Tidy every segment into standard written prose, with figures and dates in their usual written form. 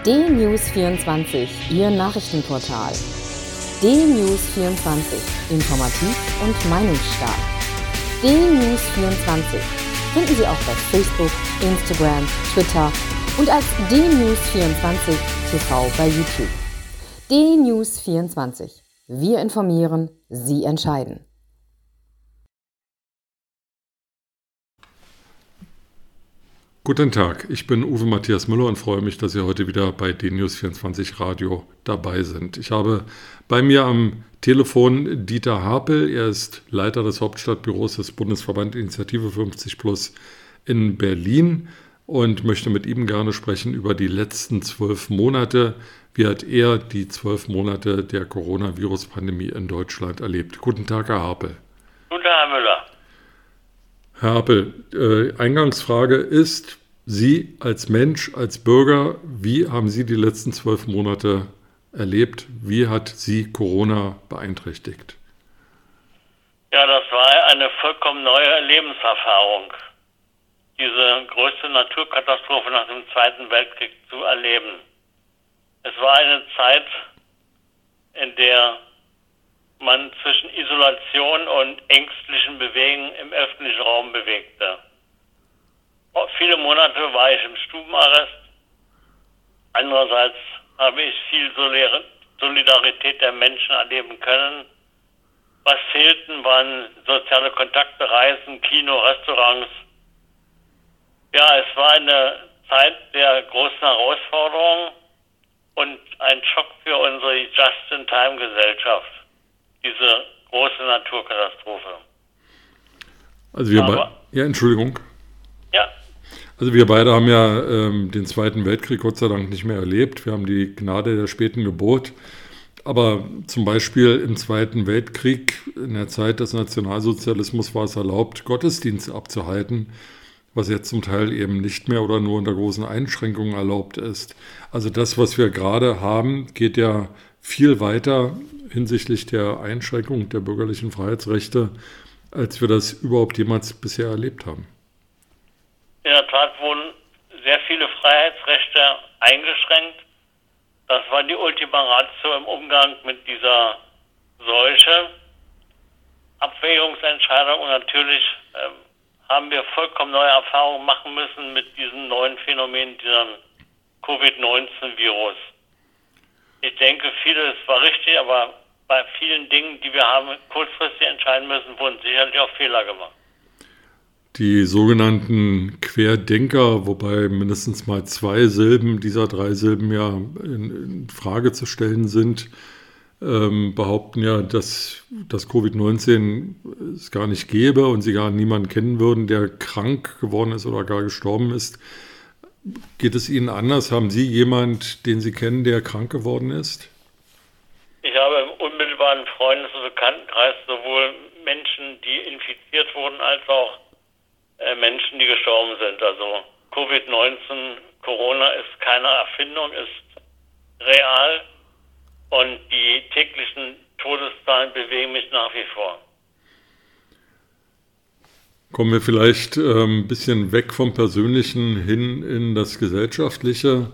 D-News24, Ihr Nachrichtenportal. D-News24, informativ und meinungsstark. D-News24 finden Sie auch bei Facebook, Instagram, Twitter und als D-News24 TV bei YouTube. D-News24. Wir informieren, Sie entscheiden. Guten Tag, ich bin Uwe Matthias Müller und freue mich, dass Sie heute wieder bei DNews24 Radio dabei sind. Ich habe bei mir am Telefon Dieter Harpel. Er ist Leiter des Hauptstadtbüros des Bundesverband Initiative 50+ in Berlin und möchte mit ihm gerne sprechen über die letzten 12 Monate. Wie hat er die 12 Monate der Coronavirus-Pandemie in Deutschland erlebt? Guten Tag, Herr Harpel. Guten Tag, Herr Müller. Herr Harpel, Eingangsfrage ist, Sie als Mensch, als Bürger, wie haben Sie die letzten 12 Monate erlebt? Wie hat Sie Corona beeinträchtigt? Ja, das war eine vollkommen neue Lebenserfahrung, diese größte Naturkatastrophe nach dem Zweiten Weltkrieg zu erleben. Es war eine Zeit, in der man zwischen Isolation und ängstlichen Bewegen im öffentlichen Raum bewegte. Viele Monate war ich im Stubenarrest. Andererseits habe ich viel Solidarität der Menschen erleben können. Was fehlten, waren soziale Kontakte, Reisen, Kino, Restaurants. Ja, es war eine Zeit der großen Herausforderungen und ein Schock für unsere Just-in-Time-Gesellschaft. Diese große Naturkatastrophe. Also Entschuldigung. Ja. Also wir beide haben ja den Zweiten Weltkrieg Gott sei Dank nicht mehr erlebt. Wir haben die Gnade der späten Geburt. Aber zum Beispiel im Zweiten Weltkrieg, in der Zeit des Nationalsozialismus, war es erlaubt, Gottesdienste abzuhalten, was jetzt zum Teil eben nicht mehr oder nur unter großen Einschränkungen erlaubt ist. Also das, was wir gerade haben, geht ja viel weiter hinsichtlich der Einschränkung der bürgerlichen Freiheitsrechte, als wir das überhaupt jemals bisher erlebt haben. In der Tat wurden sehr viele Freiheitsrechte eingeschränkt. Das war die Ultima Ratio im Umgang mit dieser Seuche. Abwägungsentscheidung und natürlich haben wir vollkommen neue Erfahrungen machen müssen mit diesem neuen Phänomen, diesem Covid-19-Virus. Ich denke, vieles war richtig, aber bei vielen Dingen, die wir haben kurzfristig entscheiden müssen, wurden sicherlich auch Fehler gemacht. Die sogenannten Querdenker, wobei mindestens mal 2 Silben dieser 3 Silben ja in Frage zu stellen sind, behaupten ja, dass das Covid-19 es gar nicht gäbe und sie gar niemanden kennen würden, der krank geworden ist oder gar gestorben ist. Geht es Ihnen anders? Haben Sie jemanden, den Sie kennen, der krank geworden ist? Ich habe im unmittelbaren Freundes- und Bekanntenkreis sowohl Menschen, die infiziert wurden, als auch Menschen, die gestorben sind. Also Covid-19, Corona ist keine Erfindung, ist real und die täglichen Todeszahlen bewegen mich nach wie vor. Kommen wir vielleicht ein bisschen weg vom Persönlichen hin in das Gesellschaftliche.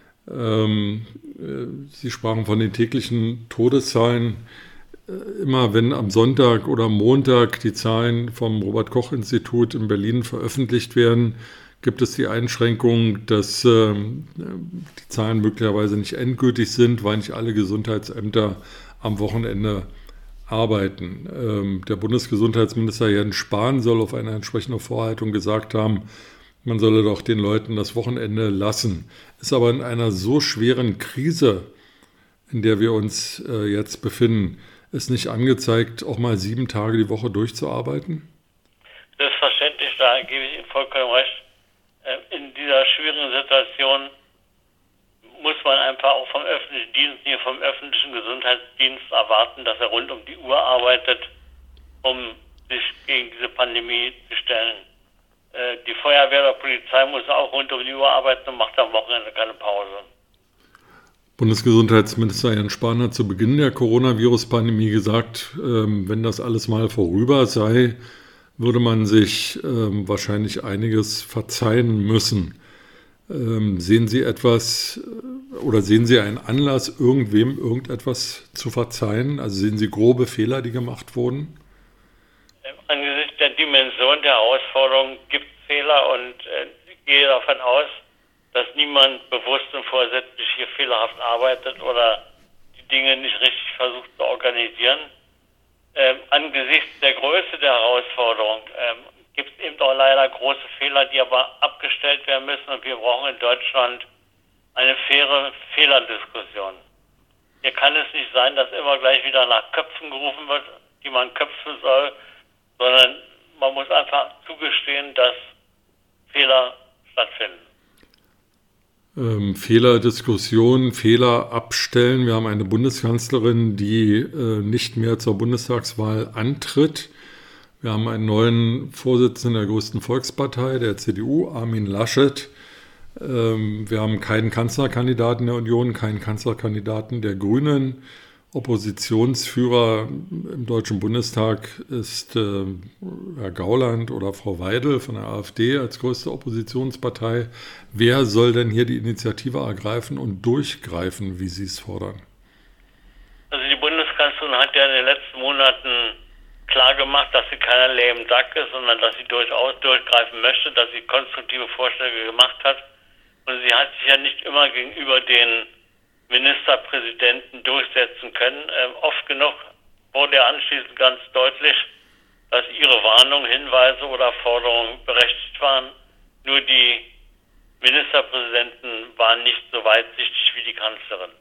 Sie sprachen von den täglichen Todeszahlen. Immer wenn am Sonntag oder am Montag die Zahlen vom Robert-Koch-Institut in Berlin veröffentlicht werden, gibt es die Einschränkung, dass die Zahlen möglicherweise nicht endgültig sind, weil nicht alle Gesundheitsämter am Wochenende arbeiten. Der Bundesgesundheitsminister Jens Spahn soll auf eine entsprechende Vorhaltung gesagt haben, man solle doch den Leuten das Wochenende lassen. Ist aber in einer so schweren Krise, in der wir uns jetzt befinden, ist nicht angezeigt, auch mal 7 Tage die Woche durchzuarbeiten? Selbstverständlich, da gebe ich Ihnen vollkommen recht. In dieser schwierigen Situation muss man einfach auch vom öffentlichen Dienst, hier vom öffentlichen Gesundheitsdienst erwarten, dass er rund um die Uhr arbeitet, um sich gegen diese Pandemie zu stellen. Die Feuerwehr oder Polizei muss auch rund um die Uhr arbeiten und macht am Wochenende keine Pause. Bundesgesundheitsminister Jens Spahn hat zu Beginn der Coronavirus-Pandemie gesagt, wenn das alles mal vorüber sei, würde man sich wahrscheinlich einiges verzeihen müssen. Sehen Sie etwas oder sehen Sie einen Anlass, irgendwem irgendetwas zu verzeihen? Also sehen Sie grobe Fehler, die gemacht wurden? Angesichts der Dimension der Herausforderung gibt es Fehler und ich gehe davon aus, dass niemand bewusst und vorsätzlich hier fehlerhaft arbeitet oder die Dinge nicht richtig versucht zu organisieren. Angesichts der Größe der Herausforderung gibt es eben auch leider große Fehler, die aber abgestellt werden müssen, und wir brauchen in Deutschland eine faire Fehlerdiskussion. Hier kann es nicht sein, dass immer gleich wieder nach Köpfen gerufen wird, die man köpfen soll, sondern man muss einfach zugestehen, dass Fehler stattfinden. Fehlerdiskussion, Fehler abstellen. Wir haben eine Bundeskanzlerin, die nicht mehr zur Bundestagswahl antritt. Wir haben einen neuen Vorsitzenden der größten Volkspartei, der CDU, Armin Laschet. Wir haben keinen Kanzlerkandidaten der Union, keinen Kanzlerkandidaten der Grünen. Oppositionsführer im Deutschen Bundestag ist Herr Gauland oder Frau Weidel von der AfD als größte Oppositionspartei. Wer soll denn hier die Initiative ergreifen und durchgreifen, wie Sie es fordern? Also die Bundeskanzlerin hat ja in den letzten Monaten klar gemacht, dass sie keiner lame Duck ist, sondern dass sie durchaus durchgreifen möchte, dass sie konstruktive Vorschläge gemacht hat. Und sie hat sich ja nicht immer gegenüber den Ministerpräsidenten durchsetzen können. Oft genug wurde ja anschließend ganz deutlich, dass ihre Warnungen, Hinweise oder Forderungen berechtigt waren. Nur die Ministerpräsidenten waren nicht so weitsichtig wie die Kanzlerin.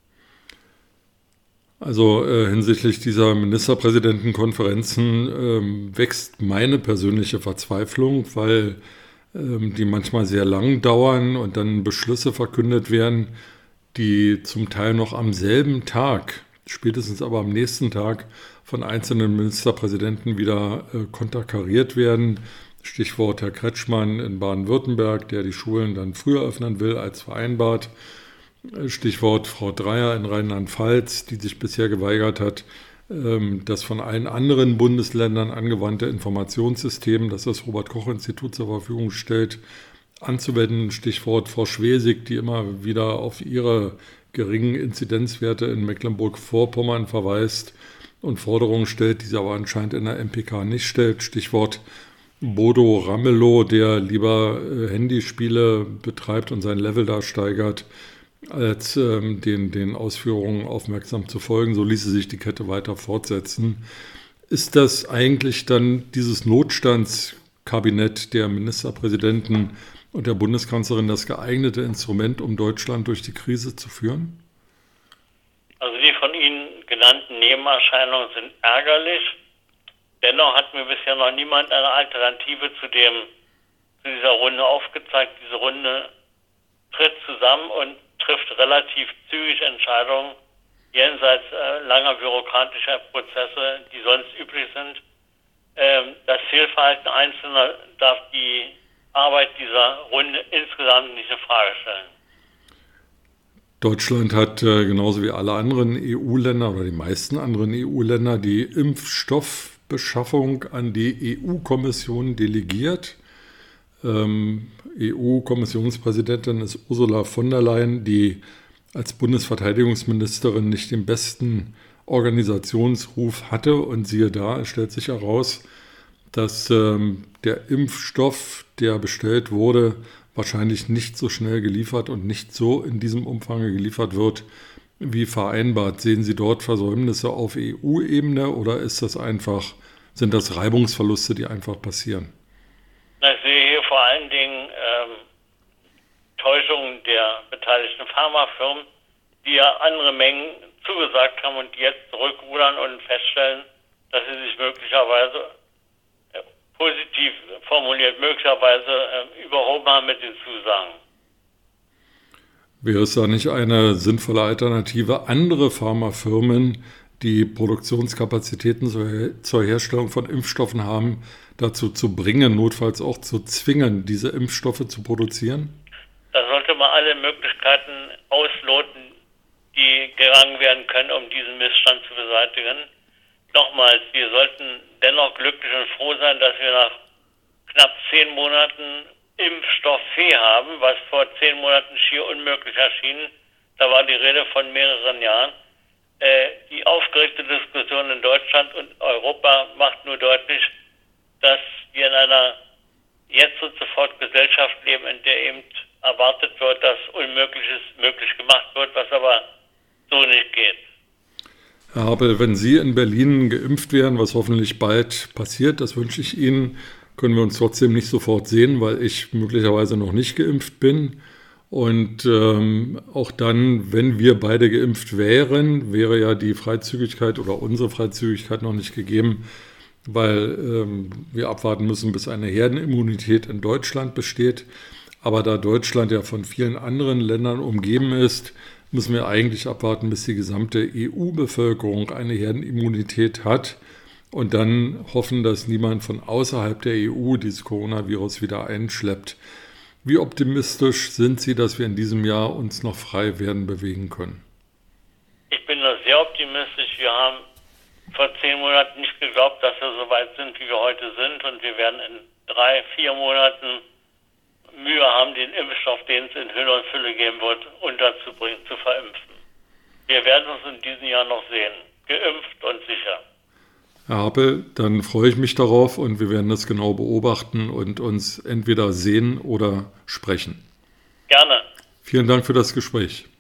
Also hinsichtlich dieser Ministerpräsidentenkonferenzen wächst meine persönliche Verzweiflung, weil die manchmal sehr lang dauern und dann Beschlüsse verkündet werden, die zum Teil noch am selben Tag, spätestens aber am nächsten Tag von einzelnen Ministerpräsidenten wieder konterkariert werden. Stichwort Herr Kretschmann in Baden-Württemberg, der die Schulen dann früher öffnen will als vereinbart. Stichwort Frau Dreyer in Rheinland-Pfalz, die sich bisher geweigert hat, das von allen anderen Bundesländern angewandte Informationssystem, das das Robert-Koch-Institut zur Verfügung stellt, anzuwenden. Stichwort Frau Schwesig, die immer wieder auf ihre geringen Inzidenzwerte in Mecklenburg-Vorpommern verweist und Forderungen stellt, die sie aber anscheinend in der MPK nicht stellt. Stichwort Bodo Ramelow, der lieber Handyspiele betreibt und sein Level da steigert, als den Ausführungen aufmerksam zu folgen. So ließe sich die Kette weiter fortsetzen. Ist das eigentlich dann dieses Notstandskabinett der Ministerpräsidenten und der Bundeskanzlerin das geeignete Instrument, um Deutschland durch die Krise zu führen? Also die von Ihnen genannten Nebenerscheinungen sind ärgerlich. Dennoch hat mir bisher noch niemand eine Alternative zu dieser Runde aufgezeigt. Diese Runde tritt zusammen und trifft relativ zügig Entscheidungen jenseits langer bürokratischer Prozesse, die sonst üblich sind. Das Fehlverhalten Einzelner darf die Arbeit dieser Runde insgesamt nicht in Frage stellen. Deutschland hat genauso wie alle anderen EU-Länder oder die meisten anderen EU-Länder die Impfstoffbeschaffung an die EU-Kommission delegiert. EU-Kommissionspräsidentin ist Ursula von der Leyen, die als Bundesverteidigungsministerin nicht den besten Organisationsruf hatte. Und siehe da, es stellt sich heraus, dass der Impfstoff, der bestellt wurde, wahrscheinlich nicht so schnell geliefert und nicht so in diesem Umfang geliefert wird, wie vereinbart. Sehen Sie dort Versäumnisse auf EU-Ebene oder sind das Reibungsverluste, die einfach passieren? Ich sehe hier vor allen Dingen Täuschungen der beteiligten Pharmafirmen, die ja andere Mengen zugesagt haben und die jetzt zurückrudern und feststellen, dass sie sich möglicherweise, positiv formuliert, überhoben haben mit den Zusagen. Wäre es da nicht eine sinnvolle Alternative, andere Pharmafirmen, die Produktionskapazitäten zur Herstellung von Impfstoffen haben, dazu zu bringen, notfalls auch zu zwingen, diese Impfstoffe zu produzieren? Da sollte man alle Möglichkeiten ausloten, die gegangen werden können, um diesen Missstand zu beseitigen. Nochmals, wir sollten dennoch glücklich und froh sein, dass wir nach knapp 10 Monaten impfstofffähig haben, was vor 10 Monaten schier unmöglich erschien. da war die Rede von mehreren Jahren. Die aufgeregte Diskussion in Deutschland und Europa macht nur deutlich, dass wir in einer jetzt und sofort Gesellschaft leben, in der eben erwartet wird, dass Unmögliches möglich gemacht wird, was aber so nicht geht. Herr Habel, wenn Sie in Berlin geimpft werden, was hoffentlich bald passiert, das wünsche ich Ihnen, können wir uns trotzdem nicht sofort sehen, weil ich möglicherweise noch nicht geimpft bin. Und auch dann, wenn wir beide geimpft wären, wäre ja die Freizügigkeit oder unsere Freizügigkeit noch nicht gegeben, weil wir abwarten müssen, bis eine Herdenimmunität in Deutschland besteht. Aber da Deutschland ja von vielen anderen Ländern umgeben ist, müssen wir eigentlich abwarten, bis die gesamte EU-Bevölkerung eine Herdenimmunität hat und dann hoffen, dass niemand von außerhalb der EU dieses Coronavirus wieder einschleppt. Wie optimistisch sind Sie, dass wir in diesem Jahr uns noch frei werden bewegen können? Ich bin da sehr optimistisch. Wir haben vor 10 Monaten nicht geglaubt, dass wir so weit sind, wie wir heute sind. Und wir werden in 3-4 Monaten Mühe haben, den Impfstoff, den es in Hülle und Fülle geben wird, unterzubringen, zu verimpfen. Wir werden uns in diesem Jahr noch sehen. Geimpft und sicher. Herr Habel, dann freue ich mich darauf und wir werden das genau beobachten und uns entweder sehen oder sprechen. Gerne. Vielen Dank für das Gespräch.